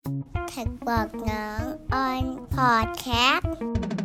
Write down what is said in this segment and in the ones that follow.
แขกบอกน้องออนพอดแคสต์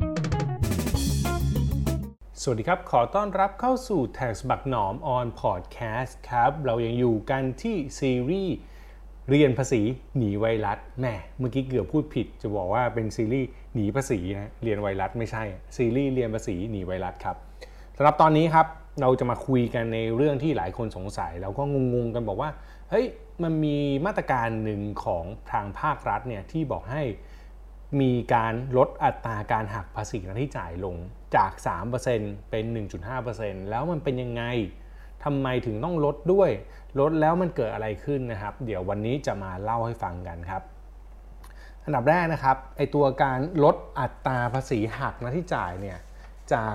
สวัสดีครับขอต้อนรับเข้าสู่แท็กบักหนอมออนพอดแคสต์ครับเรายังอยู่กันที่ซีรีส์เรียนภาษีหนีไวรัสแหมเมื่อกี้เกือบพูดผิดจะบอกว่าเป็นซีรีส์หนีภาษีนะเรียนไวรัสไม่ใช่ซีรีส์เรียนภาษีหนีไวรัสครับสำหรับตอนนี้ครับเราจะมาคุยกันในเรื่องที่หลายคนสงสัยแล้วก็งงกันบอกว่าเฮ้ยมันมีมาตรการหนึ่งของทางภาครัฐเนี่ยที่บอกให้มีการลดอัตราการหักภาษีหน้าที่จ่ายลงจาก 3% เป็น 1.5% แล้วมันเป็นยังไงทำไมถึงต้องลดด้วยลดแล้วมันเกิดอะไรขึ้นนะครับเดี๋ยววันนี้จะมาเล่าให้ฟังกันครับอันดับแรกนะครับไอตัวการลดอัตราภาษีหักหน้าที่จ่ายเนี่ยจาก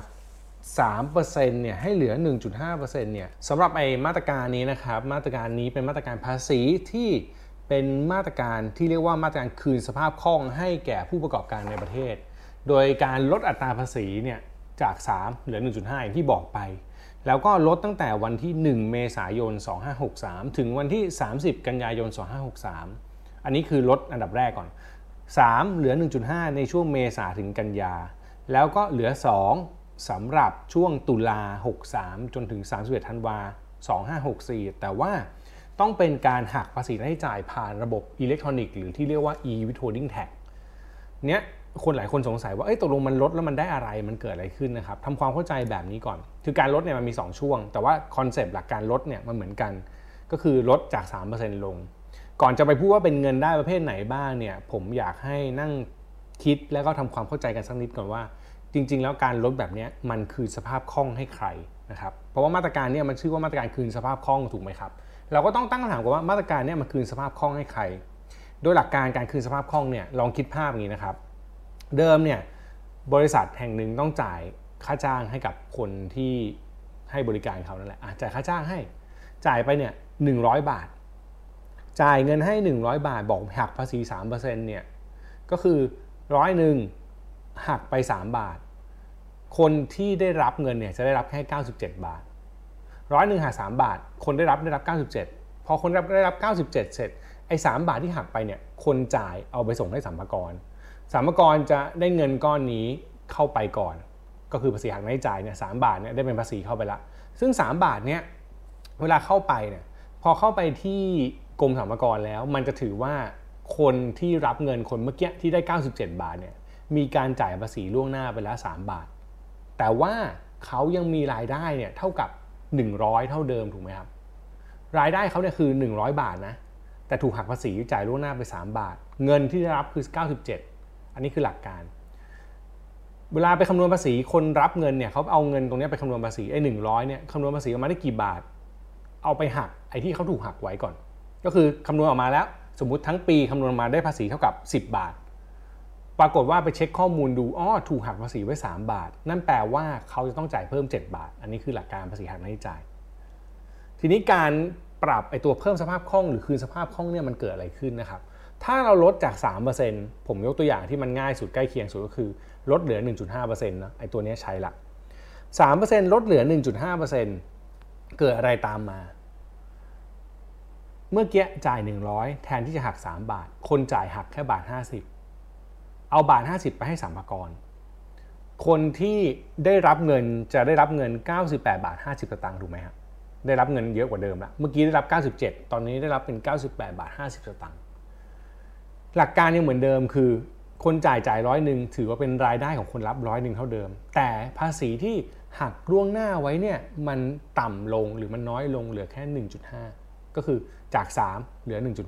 3% เนี่ยให้เหลือ 1.5% เนี่ยสำหรับไอมาตรการนี้นะครับมาตรการนี้เป็นมาตรการภาษีที่เป็นมาตรการที่เรียกว่ามาตรการคืนสภาพคล่องให้แก่ผู้ประกอบการในประเทศโดยการลดอัตราภาษีเนี่ยจาก 3 เหลือ 1.5 อย่างที่บอกไปแล้วก็ลดตั้งแต่วันที่ 1 เมษายน 2563 ถึงวันที่ 30 กันยายน 2563 อันนี้คือลดอันดับแรกก่อน 3 เหลือ 1.5 ในช่วงเมษาถึงกันยาแล้วก็เหลือ 2 สำหรับช่วงตุลา 63 จนถึง 31 ธันวา 2564 แต่ว่าต้องเป็นการหักภาษีหน้าที่จ่ายผ่านระบบอิเล็กทรอนิกส์หรือที่เรียกว่า e-withholding tax เนี้ยคนหลายคนสงสัยว่าตกลงมันลดแล้วมันได้อะไรมันเกิดอะไรขึ้นนะครับทำความเข้าใจแบบนี้ก่อนคือการลดเนี่ยมันมี2ช่วงแต่ว่าคอนเซปต์หลักการลดเนี่ยมันเหมือนกันก็คือลดจาก 3% ลงก่อนจะไปพูดว่าเป็นเงินได้ประเภทไหนบ้างเนี่ยผมอยากให้นั่งคิดแล้วก็ทำความเข้าใจกันสักนิดก่อนว่าจริงๆแล้วการลดแบบนี้มันคือสภาพคล่องให้ใครนะครับเพราะว่ามาตรการเนี่ยมันชื่อว่ามาตรการคืนสภาพคล่องถูกไหมครับเราก็ต้องตั้งคำถามกันว่ามาตรการเนี่ยมันคืนสภาพคล่องให้ใครโดยหลักการการคืนสภาพคล่องเนี่ยลองคิดภาพอย่างนี้นะครับเดิมเนี่ยบริษัทแห่งหนึ่งต้องจ่ายค่าจ้างให้กับคนที่ให้บริการเขานั่นแหละจ่ายค่าจ้างให้จ่ายไปเนี่ย100 บาทจ่ายเงินให้100 บาทบอกหักภาษี 3% เนี่ยก็คือ100หักไป3 บาทคนที่ได้รับเงินเนี่ยจะได้รับแค่97 บาท100หัก3 บาทคนได้รับ97พอคนได้รับ97เสร็จไอ้3 บาทที่หักไปเนี่ยคนจ่ายเอาไปส่งให้สรรพากรสรรพากรจะได้เงินก้อนนี้เข้าไปก่อนก็คือภาษีหักหน้าที่จ่ายเนี่ย3 บาทเนี่ยได้เป็นภาษีเข้าไปละซึ่ง3 บาทเนี่ยเวลาเข้าไปเนี่ยพอเข้าไปที่กรมสรรพากรแล้วมันจะถือว่าคนที่รับเงินคนเมื่อกี้ที่ได้97 บาทเนี่ยมีการจ่ายภาษีล่วงหน้าไปแล้ว3 บาทแต่ว่าเขายังมีรายได้เนี่ยเท่ากับ100เท่าเดิมถูกไหมครับรายได้เขาเนี่ยคือ100 บาทนะแต่ถูกหักภาษีจ่ายล่วงหน้าไป3 บาทเงินที่ได้รับคือ97อันนี้คือหลักการเวลาไปคำนวณภาษีคนรับเงินเนี่ยเขาเอาเงินตรงนี้ไปคำนวณภาษี100เนี่ยคำนวณภาษีออกมาได้กี่บาทเอาไปหักไอ้ที่เขาถูกหักไว้ก่อนก็คือคำนวณออกมาแล้วสมมุติทั้งปีคำนวณมาได้ภาษีเท่ากับ10 บาทปรากฏว่าไปเช็คข้อมูลดูถูกหักภาษีไว้3 บาทนั่นแปลว่าเขาจะต้องจ่ายเพิ่ม7 บาทอันนี้คือหลักการภาษีหักหน้าที่จ่ายทีนี้การปรับไอ้ตัวเพิ่มสภาพคล่องหรือคืนสภาพคล่องเนี่ยมันเกิดอะไรขึ้นนะครับถ้าเราลดจาก 3% ผมยกตัวอย่างที่มันง่ายสุดใกล้เคียงสุดก็คือลดเหลือ 1.5% นะไอ้ตัวนี้ใช้ละ 3% ลดเหลือ 1.5% เกิดอะไรตามมาเมื่อกี้จ่าย100แทนที่จะหัก3 บาทคนจ่ายหักแค่บาท50เอาบาท50ไปให้สรรพากรคนที่ได้รับเงินจะได้รับเงิน98 บาท 50 สตางค์ถูกไหมครับได้รับเงินเยอะกว่าเดิมละเมื่อกี้ได้รับ97ตอนนี้ได้รับเป็น98 บาท 50 สตางค์หลักการยังเหมือนเดิมคือคนจ่าย100ถือว่าเป็นรายได้ของคนรับ100เท่าเดิมแต่ภาษีที่หักล่วงหน้าไว้เนี่ยมันต่ำลงหรือมันน้อยลงเหลือแค่ 1.5 ก็คือจาก3เหลือ 1.5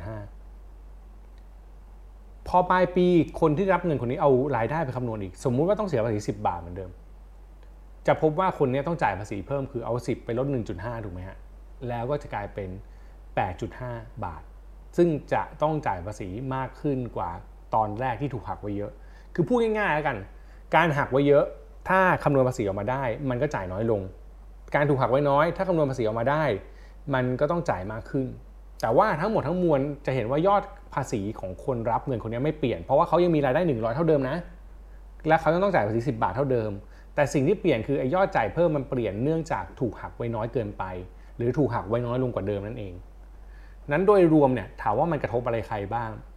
พอปลายปีคนที่รับเงินคนนี้เอารายได้ไปคำนวณอีกสมมุติว่าต้องเสียภาษี10 บาทเหมือนเดิมจะพบว่าคนนี้ต้องจ่ายภาษีเพิ่มคือเอา10ไปลด 1.5 ถูกไหมฮะแล้วก็จะกลายเป็น 8.5 บาทซึ่งจะต้องจ่ายภาษีมากขึ้นกว่าตอนแรกที่ถูกหักไว้เยอะคือพูดง่ายๆแล้วกันการหักไว้เยอะถ้าคำนวณภาษีออกมาได้มันก็จ่ายน้อยลงการถูกหักไว้น้อยถ้าคำนวณภาษีออกมาได้มันก็ต้องจ่ายมากขึ้นแต่ว่าทั้งหมดทั้งมวลจะเห็นว่ายอดภาษีของคนรับเงินคนนี้ไม่เปลี่ยนเพราะว่าเขายังมีรายได้100เท่าเดิมนะและเขาต้องจ่ายภาษี10 บาทเท่าเดิมแต่สิ่งที่เปลี่ยนคือไอ้ยอดจ่ายเพิ่มมันเปลี่ยนเนื่องจากถูกหักไว้น้อยเกินไปหรือถูกหักไว้น้อยลงกว่าเดิมนั่นเองนั้นโดยรวมเนี่ยถามว่ามันกระทบอะไรใครบ้าง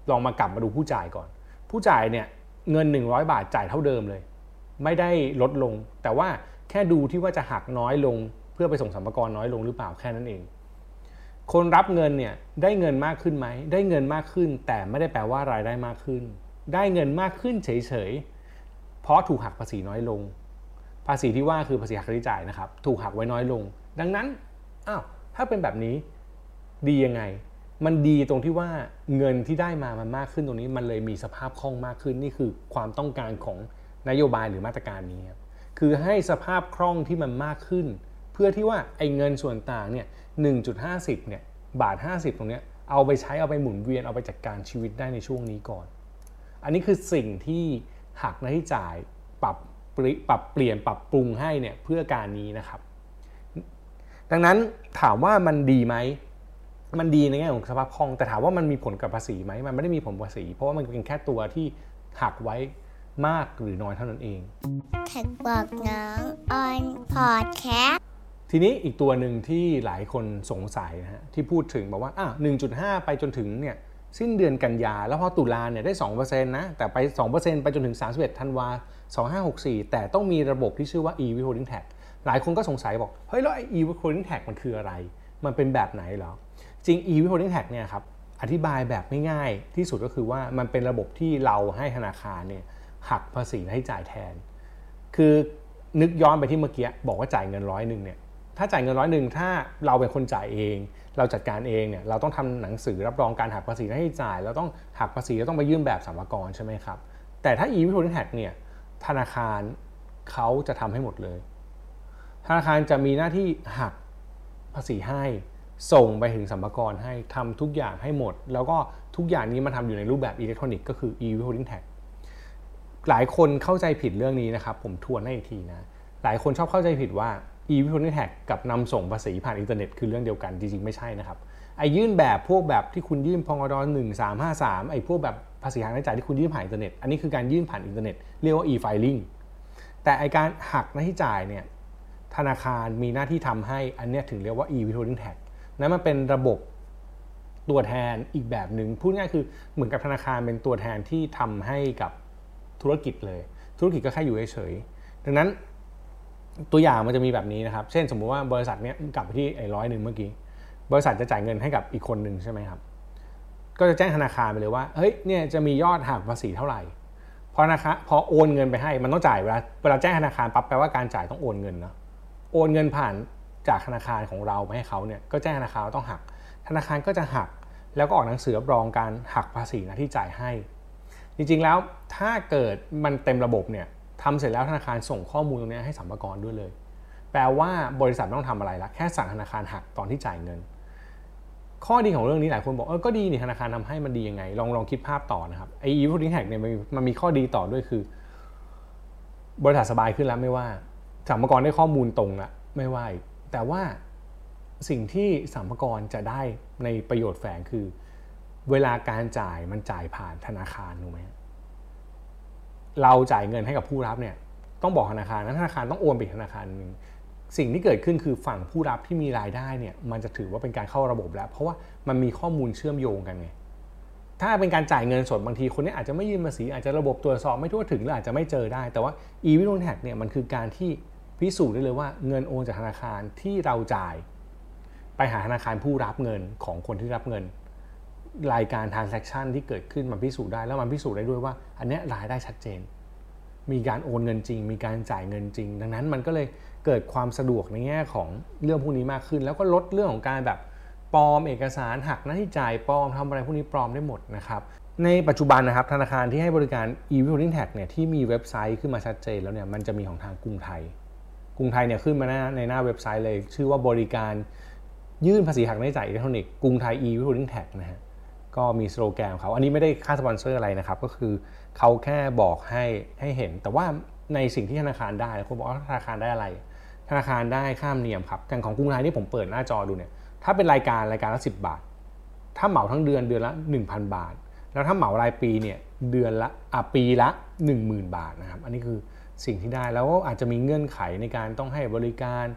ลองมากลับมาดูผู้จ่ายก่อนผู้จ่ายเนี่ยเงิน100บาทจ่ายเท่าเดิมเลยไม่ได้ลดลงแต่ว่าแค่ดูที่ว่าจะหักน้อยลงเพื่อไปส่งสรรพากรน้อยลงหรือเปล่าแค่นั้นเองคนรับเงินเนี่ยได้เงินมากขึ้นไหมได้เงินมากขึ้นแต่ไม่ได้แปลว่ารายได้มากขึ้นได้เงินมากขึ้นเฉยๆเพราะถูกหักภาษีน้อยลงภาษีที่ว่าคือภาษีหักค่าใช้จ่ายนะครับถูกหักไว้น้อยลงดังนั้นถ้าเป็นแบบนี้ดียังไงมันดีตรงที่ว่าเงินที่ได้มามันมากขึ้นตรงนี้มันเลยมีสภาพคล่องมากขึ้นนี่คือความต้องการของนโยบายหรือมาตรการนี้ครับคือให้สภาพคล่องที่มันมากขึ้นเพื่อที่ว่าไอ้เงินส่วนต่างเนี่ย 1.50 เนี่ยบาท50ตรงเนี้ยเอาไปใช้เอาไปหมุนเวียนเอาไปจัดการชีวิตได้ในช่วงนี้ก่อนอันนี้คือสิ่งที่หักหน้าที่จ่ายปรับเปลี่ยนปรับปรุงให้เนี่ยเพื่อการนี้นะครับดังนั้นถามว่ามันดีไหมมันดีในแง่ของสภาพคล่องแต่ถามว่ามันมีผลกับภาษีไหมมันไม่ได้มีผลกับภาษีเพราะว่ามันเป็นแค่ตัวที่หักไว้มากหรือน้อยเท่านั้นเองแท็กบอกน้องออนพอดแคสต์ทีนี้อีกตัวหนึ่งที่หลายคนสงสัยนะฮะที่พูดถึงบอกว่า1.5 ไปจนถึงเนี่ยสิ้นเดือนกันยาแล้วพอตุลาเนี่ยได้ 2% นะแต่ไป 2% ไปจนถึง31ธันวา2564แต่ต้องมีระบบที่ชื่อว่า e-withholding tax หลายคนก็สงสัยบอกเฮ้ยแล้ว e-withholding tax มันคืออะไรมันเป็นแบบไหนเหรอจริง e-withholding tax เนี่ยครับอธิบายแบบง่ายๆที่สุดก็คือว่ามันเป็นระบบที่เราให้ธนาคารเนี่ยหักภาษีให้จ่ายแทนคือนึกย้อนไปที่เมื่อกี้บอกว่าจ่ายเงิน100เนี่ยถ้าจ่ายเงิน100ถ้าเราเป็นคนจ่ายเองเราจัดการเองเนี่ยเราต้องทำหนังสือรับรองการหักภาษีให้จ่ายเราต้องหักภาษีเราต้องไปยื่นแบบสรรพากรใช่ไหมครับแต่ถ้า e-withholding tax เนี่ยธนาคารเขาจะทำให้หมดเลยธนาคารจะมีหน้าที่หักภาษีให้ส่งไปถึงสรรพากรให้ทำทุกอย่างให้หมดแล้วก็ทุกอย่างนี้มาทำอยู่ในรูปแบบอิเล็กทรอนิกส์ก็คือ e-withholding tax หลายคนเข้าใจผิดเรื่องนี้นะครับผมทวนให้อีกทีนะหลายคนชอบเข้าใจผิดว่า e-withholding tax กับนำส่งภาษีผ่านอินเทอร์เน็ตคือเรื่องเดียวกันจริงๆไม่ใช่นะครับไอ้ยื่นแบบพวกแบบที่คุณยื่นพงด1353ไอ้พวกแบบภาษีหักหน้าที่จ่ายที่คุณยื่นผ่านอินเทอร์เน็ตอันนี้คือการยื่นผ่านอินเทอร์เน็ตเรียกว่า e-filing แต่ไอ้การหักหน้าที่จ่ายเนี่ยธนาคารมีหน้าที่ทำให้อันนี้ถึงเรียกว่า e-withholding tax นั้นมันเป็นระบบตัวแทนอีกแบบหนึ่งพูดง่ายคือเหมือนกับธนาคารเป็นตัวแทนที่ทำให้กับธุรกิจเลยธุรกิจก็แค่อยู่เฉยๆดังนั้นตัวอย่างมันจะมีแบบนี้นะครับเช่นสมมุติว่าบริษัทเนี้ยกลับไปที่ไอ้100เมื่อกี้บริษัทจะจ่ายเงินให้กับอีกคนหนึ่งใช่ไหมครับก็จะแจ้งธนาคารไปเลยว่าเฮ้ยเนี่ยจะมียอดหักภาษีเท่าไหร่พอโอนเงินไปให้มันต้องจ่ายเวลาแจ้งธนาคารปั๊บแปลว่าการจ่ายต้องโอนเงินเนาะโอนเงินผ่านจากธนาคารของเราไปให้เขาเนี่ยก็แจ้งธนาคารว่าต้องหักธนาคารก็จะหักแล้วก็ออกหนังสือรับรองการหักภาษีนะที่จ่ายให้จริงๆแล้วถ้าเกิดมันเต็มระบบเนี่ยทำเสร็จแล้วธนาคารส่งข้อมูลตรงนี้ให้สรรพากรด้วยเลยแปลว่าบริษัทไม่ต้องทำอะไรละแค่สั่งธนาคารหักตอนที่จ่ายเงินข้อดีของเรื่องนี้หลายคนบอกก็ดีนี่ธนาคารทำให้มันดียังไงลองคิดภาพต่อนะครับไอ้ e-withholding tax เนี่ยมันมีข้อดีต่อด้วยคือบริษัทสบายขึ้นแล้วไม่ว่าสรรพากรได้ข้อมูลตรงละไม่ว่าแต่ว่าสิ่งที่สรรพากรจะได้ในประโยชน์แฝงคือเวลาการจ่ายมันจ่ายผ่านธนาคารถูกไหมเราจ่ายเงินให้กับผู้รับเนี่ยต้องบอกธนาคารนั้นธนาคารต้องโอนไปธนาคารนึงสิ่งที่เกิดขึ้นคือฝั่งผู้รับที่มีรายได้เนี่ยมันจะถือว่าเป็นการเข้าระบบแล้วเพราะว่ามันมีข้อมูลเชื่อมโยงกันไงถ้าเป็นการจ่ายเงินสดบางทีคนนี้อาจจะไม่ยื่นภาษีอาจจะระบบตรวจสอบไม่ทั่วถึงหรืออาจจะไม่เจอได้แต่ว่า e-withholding tax เนี่ยมันคือการที่พิสูจน์ได้เลยว่าเงินโอนจากธนาคารที่เราจ่ายไปหาธนาคารผู้รับเงินของคนที่รับเงินรายการ transaction ที่เกิดขึ้นมันพิสูจน์ได้แล้วมันพิสูจน์ได้ด้วยว่าอันนี้รายได้ชัดเจนมีการโอนเงินจริงมีการจ่ายเงินจริงดังนั้นมันก็เลยเกิดความสะดวกในแง่ของเรื่องพวกนี้มากขึ้นแล้วก็ลดเรื่องของการแบบปลอมเอกสารหักหน้าที่จ่ายปลอมทำอะไรพวกนี้ปลอมได้หมดนะครับในปัจจุบันนะครับธนาคารที่ให้บริการ e-withholding tax เนี่ยที่มีเว็บไซต์ขึ้นมาชัดเจนแล้วเนี่ยมันจะมีของทางกรุงไทยเนี่ยขึ้นมาในหน้าเว็บไซต์เลยชื่อว่าบริการยื่นภาษีหักหน้าที่จ่ายอิเล็กทรอนิกส์กรุงไทย e-withholding tax นะฮะก็มีสโลแกนของเขาอันนี้ไม่ได้ค่าสปอนเซอร์อะไรนะครับก็คือเขาแค่บอกให้เห็นแต่ว่าในสิ่งที่ธนาคารได้คุณบอกว่าธนาคารได้อะไรธนาคารได้ค่าธรรมเนียมครับอย่างของกรุงไทยที่ผมเปิดหน้าจอดูเนี่ยถ้าเป็นรายการละ10 บาทถ้าเหมาทั้งเดือนละ 1,000 บาทแล้วถ้าเหมารายปีเนี่ยปีละ 10,000 บาทนะครับอันนี้คือสิ่งที่ได้แล้วก็อาจจะมีเงื่อนไขในการต้องให้บริการ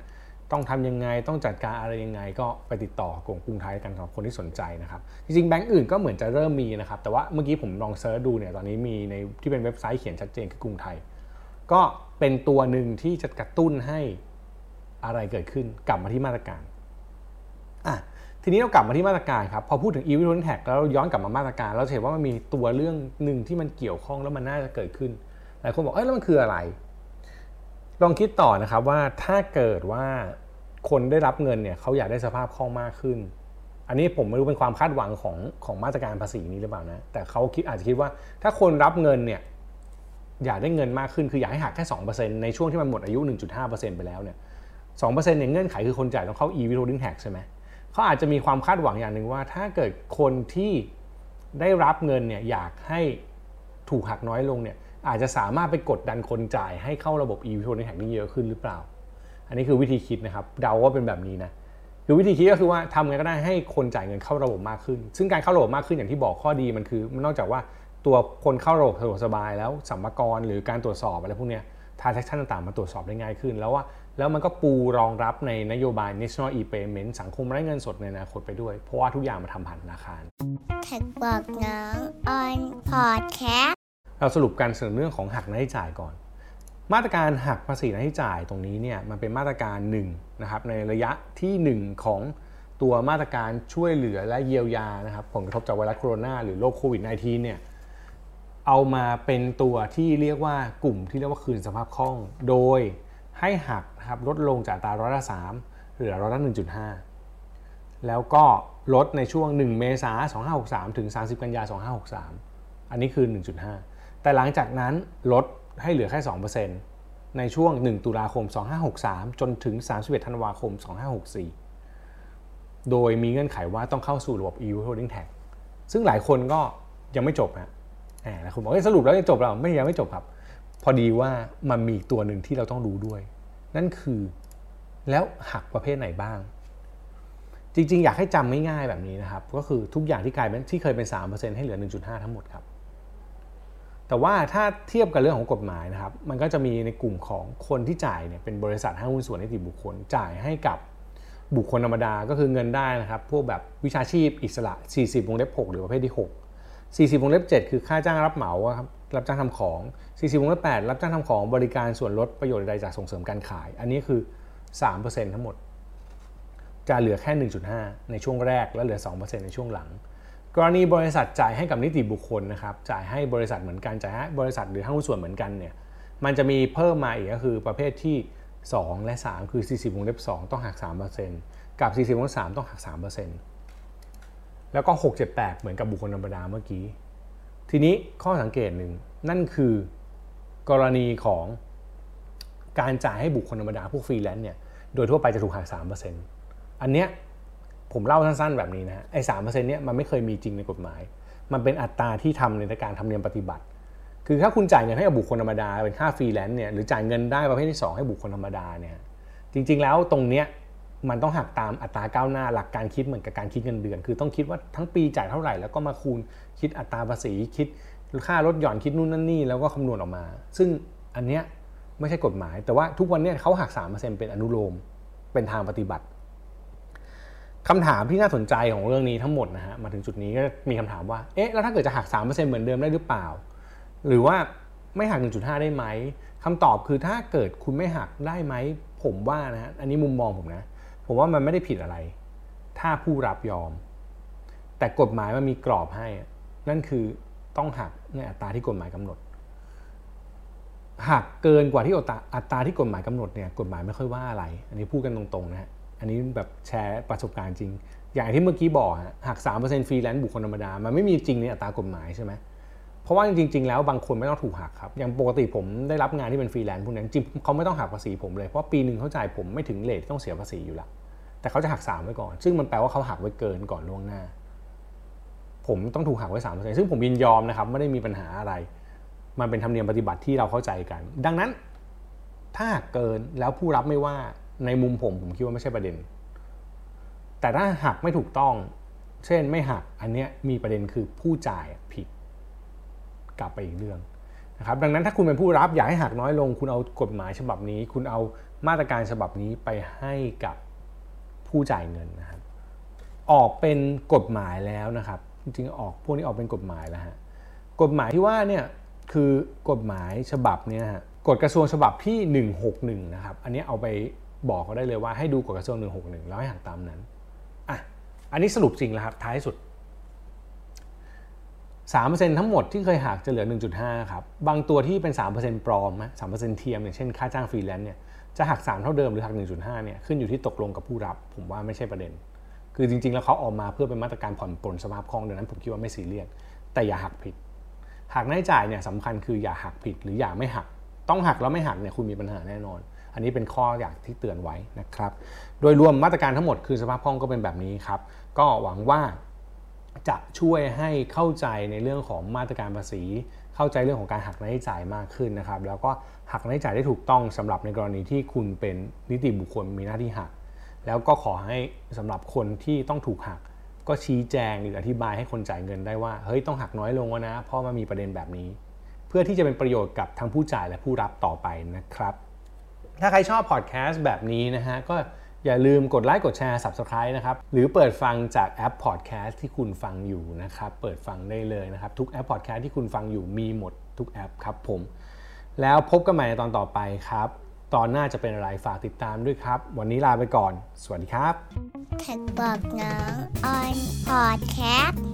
ต้องทำยังไงต้องจัดการอะไรยังไงก็ไปติดต่อกกรุงไทยกันสำหรับคนที่สนใจนะครับจริงๆแบงก์อื่นก็เหมือนจะเริ่มมีนะครับแต่ว่าเมื่อกี้ผมลองเซิร์ชดูเนี่ยตอนนี้มีในที่เป็นเว็บไซต์เขียนชัดเจนคือกรุงไทยก็เป็นตัวหนึ่งที่จะกระตุ้นให้อะไรเกิดขึ้นกลับมาที่มาตรการทีนี้เรากลับมาที่มาตรการครับพอพูดถึง e-withdrawal tax แล้วย้อนกลับมามาตรการเราเห็นว่ามันมีตัวเรื่องหนึ่งที่มันเกี่ยวข้องแล้วมันน่าจะเกิดขึ้นหลายคนบอกแล้วมันคืออะไรลองคิดต่อนะครับว่าถ้าเกิดว่าคนได้รับเงินเนี่ยเขาอยากได้สภาพคล่องมากขึ้นอันนี้ผมไม่รู้เป็นความคาดหวังของมาตรการภาษีนี้หรือเปล่านะแต่เขาอาจจะคิดว่าถ้าคนรับเงินเนี่ยอยากได้เงินมากขึ้นคืออยากให้หักแค่ 2% ในช่วงที่มันหมดอายุ 1.5% ไปแล้วเนี่ย 2% เนี่ยเงื่อนไขคือคนจ่ายต้องเข้า e-withholding tax ใช่ไหมเขาอาจจะมีความคาดหวังอย่างหนึ่งว่าถ้าเกิดคนที่ได้รับเงินเนี่ยอยากให้ถูกหักน้อยลงเนี่ยอาจจะสามารถไปกดดันคนจ่ายให้เข้าระบบ e-withholding tax ได้เยอะขึ้นหรือเปล่าอันนี้คือวิธีคิดนะครับเดาว่าเป็นแบบนี้นะคือวิธีคิดก็คือว่าทำไงก็ได้ให้คนจ่ายเงินเข้าระบบมากขึ้นซึ่งการเข้าระบบมากขึ้นอย่างที่บอกข้อดีมันคือนอกจากว่าตัวคนเข้าระบบสะดวกสบายแล้วสรรพากรหรือการตรวจสอบอะไรพวกนี้transaction ต่างๆมาตรวจสอบได้ง่ายขึ้นแล้วมันก็ปูรองรับในนโยบาย National e-Payment สังคมไร้เงินสดในอนาคตไปด้วยเพราะว่าทุกอย่างมาทำผ่านธนาคารแท็กบอกน้องออนพอดแคสต์เราสรุปการเสนอเรื่องของหักหน้าที่จ่ายก่อนมาตรการหักภาษีหน้าที่จ่ายตรงนี้เนี่ยมันเป็นมาตรการหนึ่งนะครับในระยะที่1ของตัวมาตรการช่วยเหลือและเยียวยานะครับผลกระทบจากไวรัสโคโรนาหรือโรคโควิด -19 เนี่ยเอามาเป็นตัวที่เรียกว่ากลุ่มที่เรียกว่าคืนสภาพคล่องโดยให้หักนะครับลดลงจากอัตรา3%เหลือ1.5%แล้วก็ลดในช่วง1เมษายน2563ถึง30กันยายน2563อันนี้คือ 1.5 แต่หลังจากนั้นลดให้เหลือแค่ 2% ในช่วง1ตุลาคม2563จนถึง31ธันวาคม2564โดยมีเงื่อนไขว่าต้องเข้าสู่ระบบ e-withholding tax ซึ่งหลายคนก็ยังไม่จบนะหลายคนบอกสรุปแล้วจะจบแล้วยังไม่จบครับพอดีว่ามันมีตัวหนึ่งที่เราต้องรู้ด้วยนั่นคือแล้วหักประเภทไหนบ้างจริงๆอยากให้จำง่ายๆแบบนี้นะครับก็คือทุกอย่างที่เคยเป็น 3% ให้เหลือ 1.5 ทั้งหมดครับแต่ว่าถ้าเทียบกับเรื่องของกฎหมายนะครับมันก็จะมีในกลุ่มของคนที่จ่ายเนี่ยเป็นบริษัทห้างหุ้นส่วนนิติบุคคลจ่ายให้กับบุคคลธรรมดาก็คือเงินได้นะครับพวกแบบวิชาชีพอิสระ40 วงเล็บ 6หรือประเภทที่6 40 วงเล็บ 7คือค่าจ้างรับเหมาครับรับจ้างทำของ40 วงเล็บ 8รับจ้างทำของบริการส่วนลดประโยชน์ใดจากส่งเสริมการขายอันนี้คือ 3% ทั้งหมดจะเหลือแค่ 1.5 ในช่วงแรกและเหลือ 2% ในช่วงหลังกรณีบริษัทจ่ายให้กับนิติบุคคลนะครับจ่ายให้บริษัทเหมือนกันจ่ายให้บริษัทหรือห้างหุ้นส่วนเหมือนกันเนี่ยมันจะมีเพิ่มมาอีกก็คือประเภทที่2และ3คือ40 วงเล็บ 2ต้องหัก 3% กับ40 วงเล็บ 3ต้องหัก 3% แล้วก็6 7 8เหมือนกับบุคคลธรรมดาเมื่อกี้ทีนี้ข้อสังเกตหนึ่งนั่นคือกรณีของการจ่ายให้บุคคลธรรมดาพวกฟรีแลนซ์เนี่ยโดยทั่วไปจะถูกหัก 3% อันเนี้ยผมเล่าสั้นๆแบบนี้นะไอ้ 3% เนี่ยมันไม่เคยมีจริงในกฎหมายมันเป็นอัตราที่ทำในการทำเนียมปฏิบัติคือถ้าคุณจ่ายเงินให้กับบุคคลธรรมดาเป็นค่าฟรีแลนซ์เนี่ยหรือจ่ายเงินได้ประเภทที่2ให้บุคคลธรรมดาเนี่ยจริงๆแล้วตรงเนี้ยมันต้องหักตามอัตราก้าวหน้าหลักการคิดเหมือนกับการคิดเงินเดือนคือต้องคิดว่าทั้งปีจ่ายเท่าไหร่แล้วก็มาคูณคิดอัตราภาษีคิดค่าลดหย่อนคิดนู่นนั่นนี่แล้วก็คำนวณออกมาซึ่งอันเนี้ยไม่ใช่กฎหมายแต่ว่าทุกวันนี้เขาหัก 3% เป็นอนุโลมเป็นทางปฏิบัติคำถามที่น่าสนใจของเรื่องนี้ทั้งหมดนะฮะมาถึงจุดนี้ก็มีคำถามว่าแล้วถ้าเกิดจะหัก 3% เหมือนเดิมได้หรือเปล่าหรือว่าไม่หัก 1.5 ได้ไหมคำตอบคือถ้าเกิดคุณไม่หักได้ไหมผมว่านะฮะอันนี้มุมมองผมนะผมว่ามันไม่ได้ผิดอะไรถ้าผู้รับยอมแต่กฎหมายมันมีกรอบให้นั่นคือต้องหักในอัตราที่กฎหมายกำหนดหักเกินกว่าที่อัตราที่กฎหมายกำหนดเนี่ยกฎหมายไม่ค่อยว่าอะไรอันนี้พูดกันตรงๆนะฮะอันนี้แบบแชร์ประสบการณ์จริงอย่างที่เมื่อกี้บอกหัก 3% ฟรีแลนซ์บุคคลธรรมดามันไม่มีจริงในอัตรากฎหมายใช่ไหมเพราะว่าจริงๆแล้วบางคนไม่ต้องถูกหักครับอย่างปกติผมได้รับงานที่เป็นฟรีแลนซ์พวกนั้นจริงเขาไม่ต้องหักภาษีผมเลยเพราะปีนึงเขาจ่ายผมไม่ถึงเรทต้องเสียภาษีอยู่ละแต่เขาจะหัก3ไว้ก่อนซึ่งมันแปลว่าเขาหักไว้เกินก่อนล่วงหน้าผมต้องถูกหักไว้ 3% ซึ่งผมยินยอมนะครับไม่ได้มีปัญหาอะไรมันเป็นธรรมเนียมปฏิบัติที่เราเข้าใจกันดังนั้นถ้าหักเกินแล้วผู้รับไม่ว่าในมุมผมคิดว่าไม่ใช่ประเด็นแต่ถ้าหักไม่ถูกต้องเช่นไม่หักอันเนี้ยมีประเด็นคือผู้จ่ายผิดกลับไปอีกเรื่องนะครับดังนั้นถ้าคุณเป็นผู้รับอยากให้หักน้อยลงคุณเอากฎหมายฉบับนี้คุณเอามาตรการฉบับนี้ไปให้กับผู้จ่ายเงินนะครับออกเป็นกฎหมายแล้วนะครับจริงๆพวกนี้ออกเป็นกฎหมายแล้วฮะกฎหมายที่ว่าเนี่ยคือกฎหมายฉบับนี้ฮะกฎกระทรวงฉบับที่161นะครับอันนี้เอาไปบอกเขาได้เลยว่าให้ดูกฎกระทรวง161แล้วให้หักตามนั้นอันนี้สรุปจริงแล้วครับท้ายสุด 3% ทั้งหมดที่เคยหักจะเหลือ 1.5 ครับบางตัวที่เป็น 3% ปลอมนะ 3% เทียมอย่างเช่นค่าจ้างฟรีแลนซ์เนี่ยจะหัก3เท่าเดิมหรือหัก 1.5 เนี่ยขึ้นอยู่ที่ตกลงกับผู้รับผมว่าไม่ใช่ประเด็นคือจริงๆแล้วเขาออกมาเพื่อเป็นมาตรการผ่อนปลนสภาพคล่องดังนั้นผมคิดว่าไม่ซีเรียสแต่อย่าหักผิดหักหน้าจ่ายเนี่ยสำคัญคืออย่าหักผิดหรืออย่าไม่หักต้องหักแล้วไม่หักเนี่ยคุณมีปัญหาแน่นอนอันนี้เป็นข้ออยากที่เตือนไว้นะครับโดยรวมมาตรการทั้งหมดคือสภาพคล่องก็เป็นแบบนี้ครับก็หวังว่าจะช่วยให้เข้าใจในเรื่องของมาตรการภาษีเข้าใจเรื่องของการหักหน้าจ่ายมากขึ้นนะครับแล้วก็หักหน้าจ่ายได้ถูกต้องสำหรับในกรณีที่คุณเป็นนิติบุคคลมีหน้าที่หักแล้วก็ขอให้สำหรับคนที่ต้องถูกหักก็ชี้แจงหรืออธิบายให้คนจ่ายเงินได้ว่าเฮ้ยต้องหักน้อยลงนะเพราะมันมีประเด็นแบบนี้เพื่อที่จะเป็นประโยชน์กับทั้งผู้จ่ายและผู้รับต่อไปนะครับถ้าใครชอบพอดแคสต์แบบนี้นะฮะก็อย่าลืมกดไลค์กดแชร์ Subscribe นะครับหรือเปิดฟังจากแอปพอดแคสต์ที่คุณฟังอยู่นะครับเปิดฟังได้เลยนะครับทุกแอปพอดแคสต์ที่คุณฟังอยู่มีหมดทุกแอปครับผมแล้วพบกันใหม่ในตอนต่อไปครับตอนหน้าจะเป็นอะไรฝากติดตามด้วยครับวันนี้ลาไปก่อนสวัสดีครับแท็กบอกน้องออนพอดแคสต์